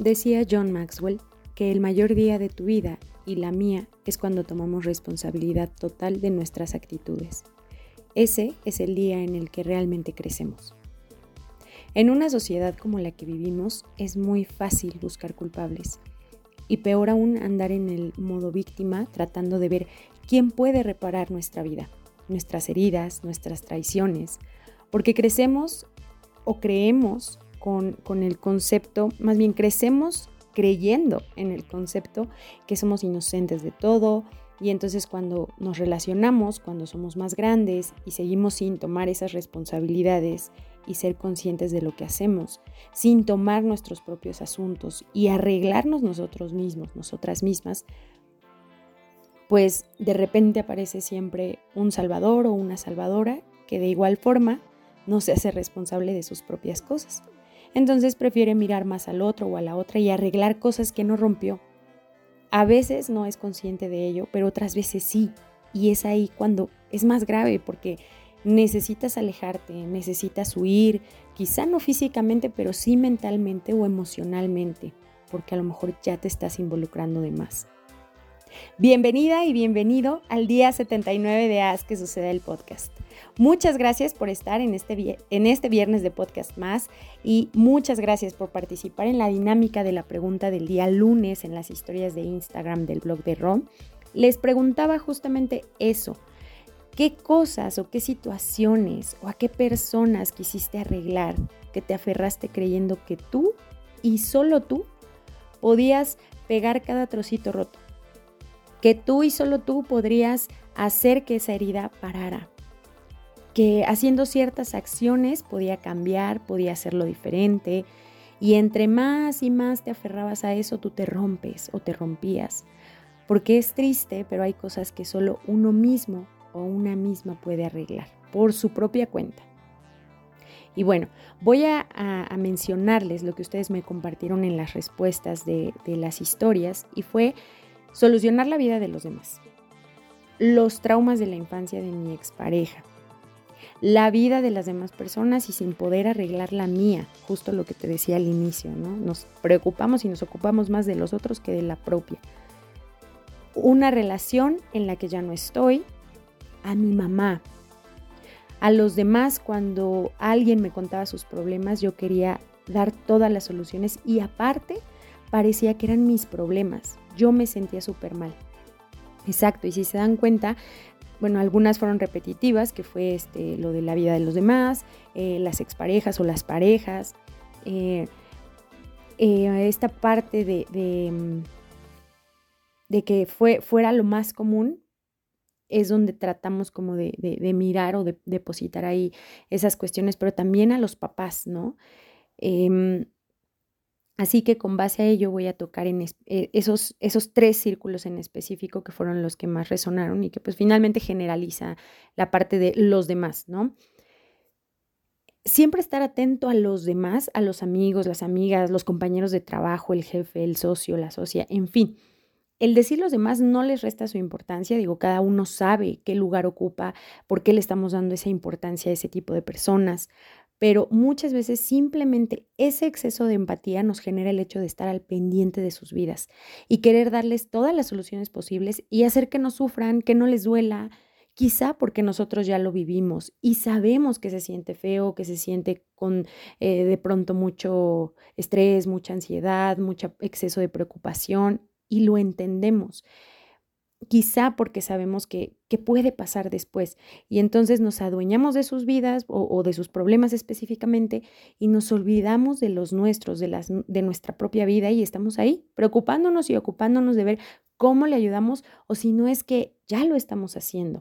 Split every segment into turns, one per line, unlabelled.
Decía John Maxwell que el mayor día de tu vida y la mía es cuando tomamos responsabilidad total de nuestras actitudes. Ese es el día en el que realmente crecemos. En una sociedad como la que vivimos es muy fácil buscar culpables y peor aún andar en el modo víctima tratando de ver quién puede reparar nuestra vida, nuestras heridas, nuestras traiciones, porque crecemos o creemos con el concepto, más bien crecemos creyendo en el concepto que somos inocentes de todo y entonces cuando nos relacionamos, cuando somos más grandes y seguimos sin tomar esas responsabilidades y ser conscientes de lo que hacemos, sin tomar nuestros propios asuntos y arreglarnos nosotros mismos, nosotras mismas, pues de repente aparece siempre un salvador o una salvadora que de igual forma no se hace responsable de sus propias cosas. Entonces prefiere mirar más al otro o a la otra y arreglar cosas que no rompió. A veces no es consciente de ello, pero otras veces sí. Y es ahí cuando es más grave porque necesitas alejarte, necesitas huir, quizá no físicamente, pero sí mentalmente o emocionalmente, porque a lo mejor ya te estás involucrando de más. Bienvenida y bienvenido al día 79 de Haz que Suceda el podcast. Muchas gracias por estar en este viernes de podcast más y muchas gracias por participar en la dinámica de la pregunta del día lunes en las historias de Instagram del blog de Rom. Les preguntaba justamente eso. ¿Qué cosas o qué situaciones o a qué personas quisiste arreglar que te aferraste creyendo que tú y solo tú podías pegar cada trocito roto? Que tú y solo tú podrías hacer que esa herida parara, que haciendo ciertas acciones podía cambiar, podía hacerlo diferente y entre más y más te aferrabas a eso, tú te rompes o te rompías, porque es triste, pero hay cosas que solo uno mismo o una misma puede arreglar por su propia cuenta. Y bueno, voy a mencionarles lo que ustedes me compartieron en las respuestas de las historias y fue solucionar la vida de los demás, los traumas de la infancia de mi expareja, la vida de las demás personas y sin poder arreglar la mía, justo lo que te decía al inicio, ¿no? Nos preocupamos y nos ocupamos más de los otros que de la propia. Una relación en la que ya no estoy, a mi mamá, a los demás cuando alguien me contaba sus problemas, yo quería dar todas las soluciones y aparte parecía que eran mis problemas. Yo me sentía súper mal. Exacto, y si se dan cuenta, bueno, algunas fueron repetitivas, que fue lo de la vida de los demás, las exparejas o las parejas, esta parte de que fuera lo más común, es donde tratamos como de mirar o de depositar ahí esas cuestiones, pero también a los papás, ¿no? Así que con base a ello voy a tocar en esos 3 círculos en específico que fueron los que más resonaron y que pues finalmente generaliza la parte de los demás, ¿no? Siempre estar atento a los demás, a los amigos, las amigas, los compañeros de trabajo, el jefe, el socio, la socia, en fin. El decir los demás no les resta su importancia, digo, cada uno sabe qué lugar ocupa, por qué le estamos dando esa importancia a ese tipo de personas, pero muchas veces simplemente ese exceso de empatía nos genera el hecho de estar al pendiente de sus vidas y querer darles todas las soluciones posibles y hacer que no sufran, que no les duela, quizá porque nosotros ya lo vivimos y sabemos que se siente feo, que se siente con de pronto mucho estrés, mucha ansiedad, mucho exceso de preocupación y lo entendemos. Quizá porque sabemos que puede pasar después y entonces nos adueñamos de sus vidas o de sus problemas específicamente y nos olvidamos de los nuestros, de nuestra propia vida y estamos ahí preocupándonos y ocupándonos de ver cómo le ayudamos o si no es que ya lo estamos haciendo.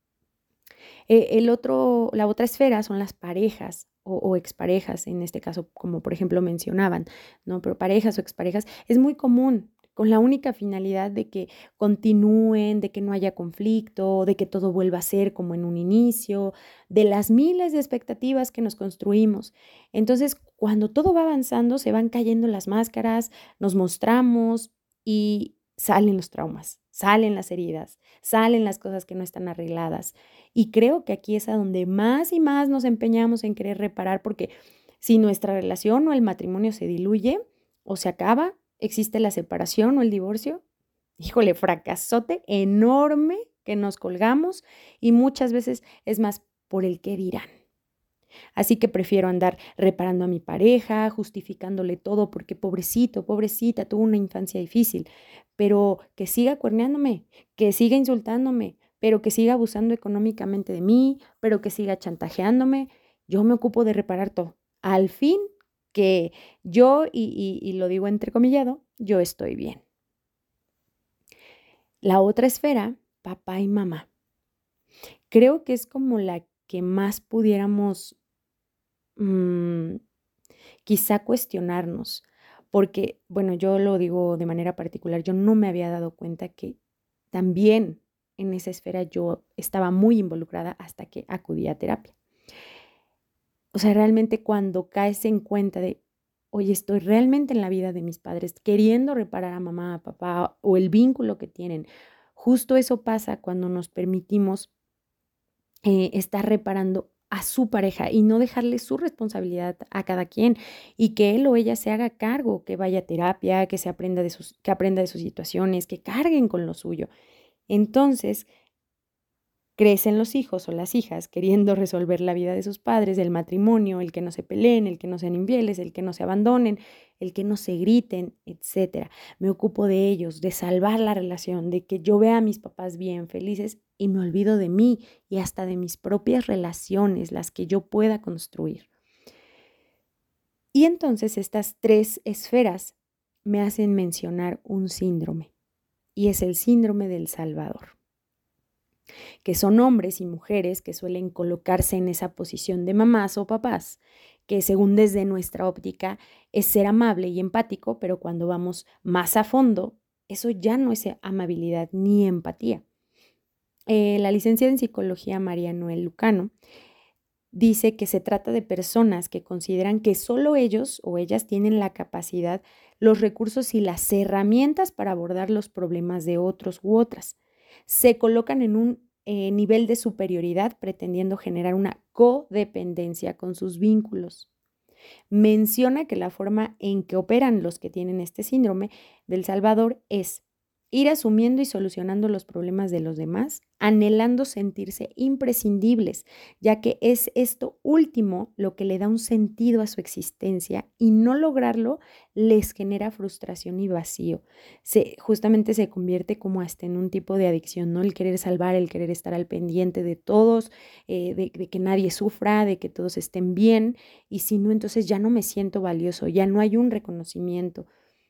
La otra esfera son las parejas o exparejas, en este caso, como por ejemplo mencionaban, ¿no? Pero parejas o exparejas es muy común, con la única finalidad de que continúen, de que no haya conflicto, de que todo vuelva a ser como en un inicio, de las miles de expectativas que nos construimos. Entonces, cuando todo va avanzando, se van cayendo las máscaras, nos mostramos y salen los traumas, salen las heridas, salen las cosas que no están arregladas. Y creo que aquí es a donde más y más nos empeñamos en querer reparar, porque si nuestra relación o el matrimonio se diluye, o se acaba, existe la separación o el divorcio. Híjole, fracasote enorme que nos colgamos y muchas veces es más por el qué dirán. Así que prefiero andar reparando a mi pareja, justificándole todo porque pobrecito, pobrecita, tuvo una infancia difícil, pero que siga cuerneándome, que siga insultándome, pero que siga abusando económicamente de mí, pero que siga chantajeándome. Yo me ocupo de reparar todo. Al fin que yo, y lo digo entrecomillado, yo estoy bien. La otra esfera, papá y mamá. Creo que es como la que más pudiéramos quizá cuestionarnos, porque, bueno, yo lo digo de manera particular, yo no me había dado cuenta que también en esa esfera yo estaba muy involucrada hasta que acudí a terapia. O sea, realmente cuando caes en cuenta de, oye, estoy realmente en la vida de mis padres, queriendo reparar a mamá, a papá o el vínculo que tienen. Justo eso pasa cuando nos permitimos estar reparando a su pareja y no dejarle su responsabilidad a cada quien y que él o ella se haga cargo, que vaya a terapia, que aprenda de sus situaciones, que carguen con lo suyo. Entonces, crecen los hijos o las hijas queriendo resolver la vida de sus padres, del matrimonio, el que no se peleen, el que no sean infieles, el que no se abandonen, el que no se griten, etcétera. Me ocupo de ellos, de salvar la relación, de que yo vea a mis papás bien, felices y me olvido de mí y hasta de mis propias relaciones, las que yo pueda construir. Y entonces estas tres esferas me hacen mencionar un síndrome y es el síndrome del Salvador, que son hombres y mujeres que suelen colocarse en esa posición de mamás o papás, que según desde nuestra óptica es ser amable y empático, pero cuando vamos más a fondo, eso ya no es amabilidad ni empatía. La licenciada en psicología María Noel Lucano dice que se trata de personas que consideran que solo ellos o ellas tienen la capacidad, los recursos y las herramientas para abordar los problemas de otros u otras. Se colocan en un nivel de superioridad pretendiendo generar una codependencia con sus vínculos. Menciona que la forma en que operan los que tienen este síndrome del Salvador es ir asumiendo y solucionando los problemas de los demás, anhelando sentirse imprescindibles, ya que es esto último lo que le da un sentido a su existencia y no lograrlo les genera frustración y vacío. Justamente se convierte como hasta en un tipo de adicción, ¿no? El querer salvar, el querer estar al pendiente de todos, de que nadie sufra, de que todos estén bien, y si no, entonces ya no me siento valioso, ya no hay un reconocimiento.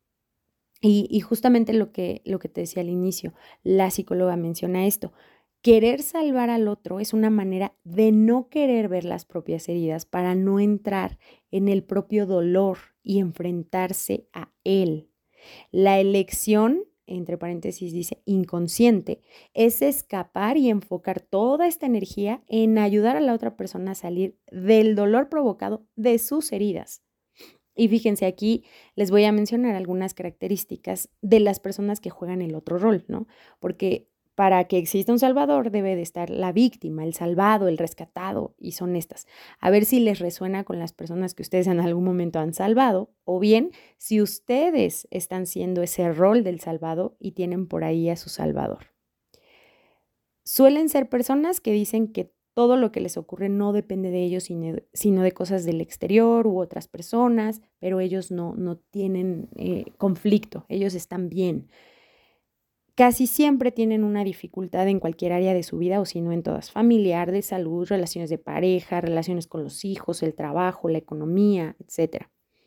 Y justamente lo que te decía al inicio, la psicóloga menciona esto. Querer salvar al otro es una manera de no querer ver las propias heridas para no entrar en el propio dolor y enfrentarse a él. La elección, entre paréntesis dice inconsciente, es escapar y enfocar toda esta energía en ayudar a la otra persona a salir del dolor provocado de sus heridas. Y fíjense, aquí les voy a mencionar algunas características de las personas que juegan el otro rol, ¿no? Porque para que exista un salvador debe de estar la víctima, el salvado, el rescatado, y son estas. A ver si les resuena con las personas que ustedes en algún momento han salvado, o bien si ustedes están siendo ese rol del salvado y tienen por ahí a su salvador. Suelen ser personas que dicen que todo lo que les ocurre no depende de ellos, sino de cosas del exterior u otras personas, pero ellos no tienen conflicto, ellos están bien. Casi siempre tienen una dificultad en cualquier área de su vida, o si no en todas, familiar, de salud, relaciones de pareja, relaciones con los hijos, el trabajo, la economía, etc.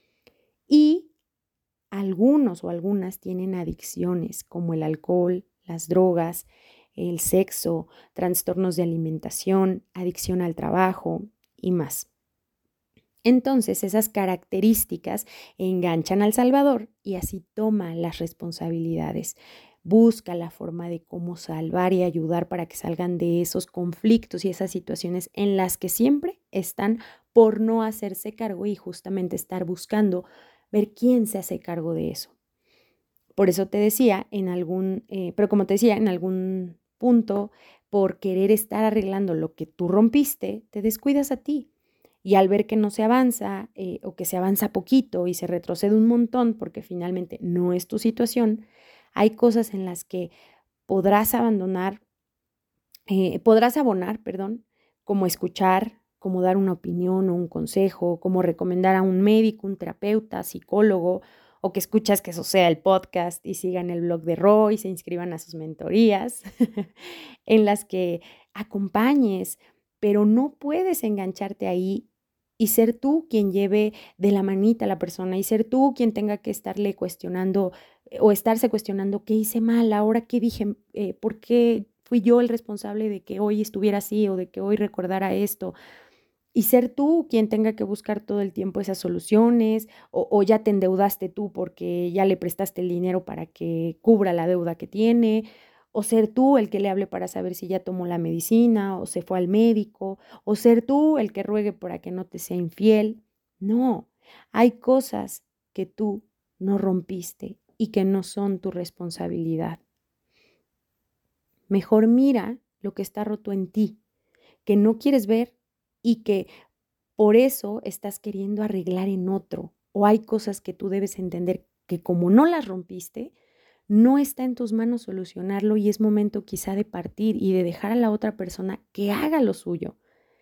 Y algunos o algunas tienen adicciones como el alcohol, las drogas, el sexo, trastornos de alimentación, adicción al trabajo y más. Entonces, esas características enganchan al salvador y así toma las responsabilidades. Busca la forma de cómo salvar y ayudar para que salgan de esos conflictos y esas situaciones en las que siempre están por no hacerse cargo y justamente estar buscando ver quién se hace cargo de eso. Por eso te decía pero como te decía, en algún punto, por querer estar arreglando lo que tú rompiste, te descuidas a ti. Y al ver que no se avanza o que se avanza poquito y se retrocede un montón porque finalmente no es tu situación, hay cosas en las que podrás abonar, como escuchar, como dar una opinión o un consejo, como recomendar a un médico, un terapeuta, psicólogo, o que escuchas que eso sea el podcast y sigan el blog de Ro y se inscriban a sus mentorías, en las que acompañes, pero no puedes engancharte ahí y ser tú quien lleve de la manita a la persona y ser tú quien tenga que estarle cuestionando o estarse cuestionando qué hice mal, ahora qué dije, por qué fui yo el responsable de que hoy estuviera así o de que hoy recordara esto. Y ser tú quien tenga que buscar todo el tiempo esas soluciones o ya te endeudaste tú porque ya le prestaste el dinero para que cubra la deuda que tiene, o ser tú el que le hable para saber si ya tomó la medicina o se fue al médico, o ser tú el que ruegue para que no te sea infiel. No, hay cosas que tú no rompiste y que no son tu responsabilidad. Mejor mira lo que está roto en ti, que no quieres ver y que por eso estás queriendo arreglar en otro. O hay cosas que tú debes entender que como no las rompiste, no está en tus manos solucionarlo y es momento quizá de partir y de dejar a la otra persona que haga lo suyo.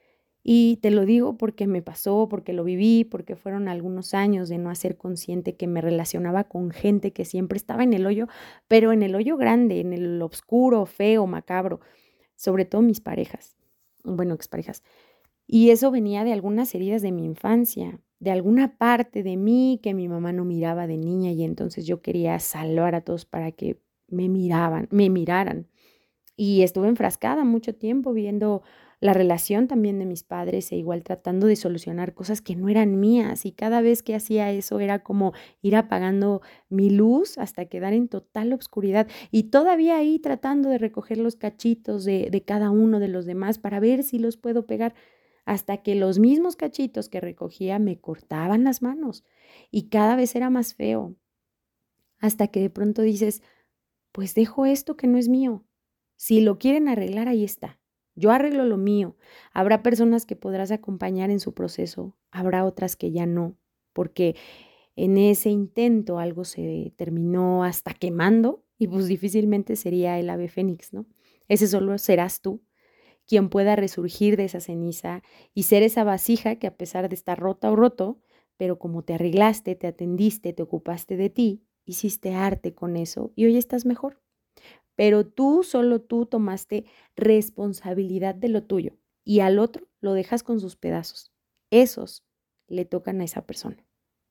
Y te lo digo porque me pasó, porque lo viví, porque fueron algunos años de no hacer consciente que me relacionaba con gente que siempre estaba en el hoyo, pero en el hoyo grande, en el oscuro, feo, macabro, sobre todo mis parejas, bueno, exparejas. Y eso venía de algunas heridas de mi infancia, de alguna parte de mí que mi mamá no miraba de niña y entonces yo quería salvar a todos para que me miraran. Y estuve enfrascada mucho tiempo viendo la relación también de mis padres e igual tratando de solucionar cosas que no eran mías. Y cada vez que hacía eso era como ir apagando mi luz hasta quedar en total oscuridad. Y todavía ahí tratando de recoger los cachitos de cada uno de los demás para ver si los puedo pegar. Hasta que los mismos cachitos que recogía me cortaban las manos. Y cada vez era más feo. Hasta que de pronto dices, pues dejo esto que no es mío. Si lo quieren arreglar, ahí está. Yo arreglo lo mío. Habrá personas que podrás acompañar en su proceso, habrá otras que ya no, porque en ese intento algo se terminó hasta quemando y pues difícilmente sería el ave fénix, ¿no? Ese solo serás tú, quien pueda resurgir de esa ceniza y ser esa vasija que a pesar de estar rota o roto, pero como te arreglaste, te atendiste, te ocupaste de ti, hiciste arte con eso y hoy estás mejor. Pero tú, solo tú tomaste responsabilidad de lo tuyo y al otro lo dejas con sus pedazos. Esos le tocan a esa persona.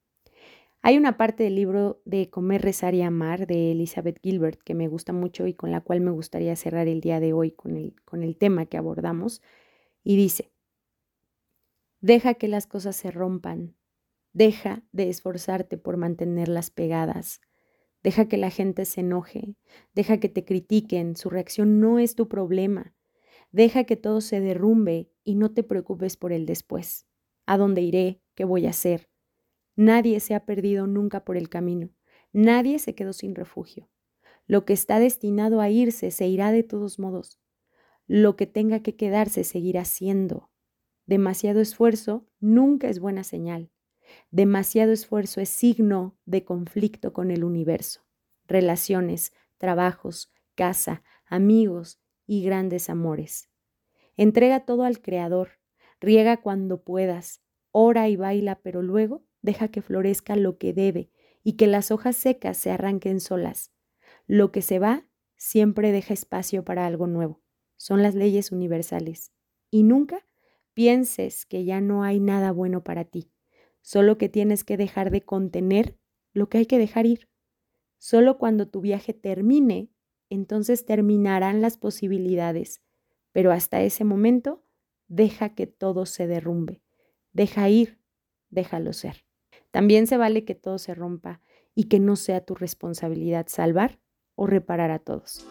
Hay una parte del libro de Comer, Rezar y Amar de Elizabeth Gilbert que me gusta mucho y con la cual me gustaría cerrar el día de hoy con el tema que abordamos. Y dice, deja que las cosas se rompan, deja de esforzarte por mantenerlas pegadas. Deja que la gente se enoje, deja que te critiquen, su reacción no es tu problema. Deja que todo se derrumbe y no te preocupes por el después. ¿A dónde iré? ¿Qué voy a hacer? Nadie se ha perdido nunca por el camino. Nadie se quedó sin refugio. Lo que está destinado a irse se irá de todos modos. Lo que tenga que quedarse seguirá siendo. Demasiado esfuerzo nunca es buena señal. Demasiado esfuerzo es signo de conflicto con el universo. Relaciones, trabajos, casa, amigos y grandes amores. Entrega todo al Creador, riega cuando puedas, ora y baila, pero luego deja que florezca lo que debe y que las hojas secas se arranquen solas. Lo que se va siempre deja espacio para algo nuevo. Son las leyes universales. Y nunca pienses que ya no hay nada bueno para ti. Solo que tienes que dejar de contener lo que hay que dejar ir. Solo cuando tu viaje termine, entonces terminarán las posibilidades. Pero hasta ese momento, deja que todo se derrumbe. Deja ir, déjalo ser. También se vale que todo se rompa y que no sea tu responsabilidad salvar o reparar a todos.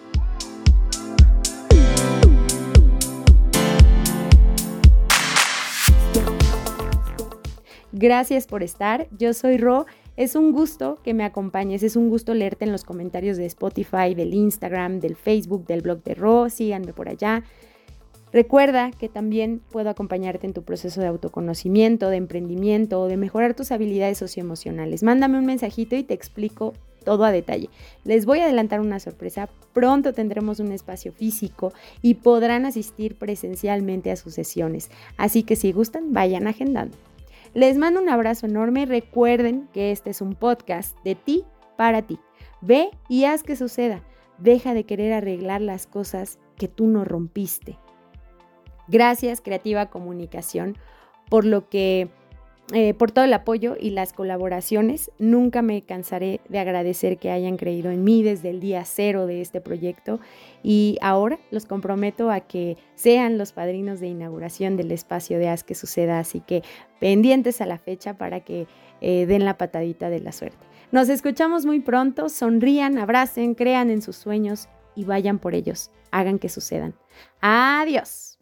Gracias por estar. Yo soy Ro. Es un gusto que me acompañes. Es un gusto leerte en los comentarios de Spotify, del Instagram, del Facebook, del blog de Ro. Síganme por allá. Recuerda que también puedo acompañarte en tu proceso de autoconocimiento, de emprendimiento o de mejorar tus habilidades socioemocionales. Mándame un mensajito y te explico todo a detalle. Les voy a adelantar una sorpresa. Pronto tendremos un espacio físico y podrán asistir presencialmente a sus sesiones. Así que si gustan, vayan agendando. Les mando un abrazo enorme y recuerden que este es un podcast de ti para ti. Ve y haz que suceda. Deja de querer arreglar las cosas que tú no rompiste. Gracias, Creativa Comunicación, por todo el apoyo y las colaboraciones. Nunca me cansaré de agradecer que hayan creído en mí desde el día 0 de este proyecto y ahora los comprometo a que sean los padrinos de inauguración del espacio de Haz que Suceda, así que pendientes a la fecha para que den la patadita de la suerte. Nos escuchamos muy pronto, sonrían, abracen, crean en sus sueños y vayan por ellos, hagan que sucedan. Adiós.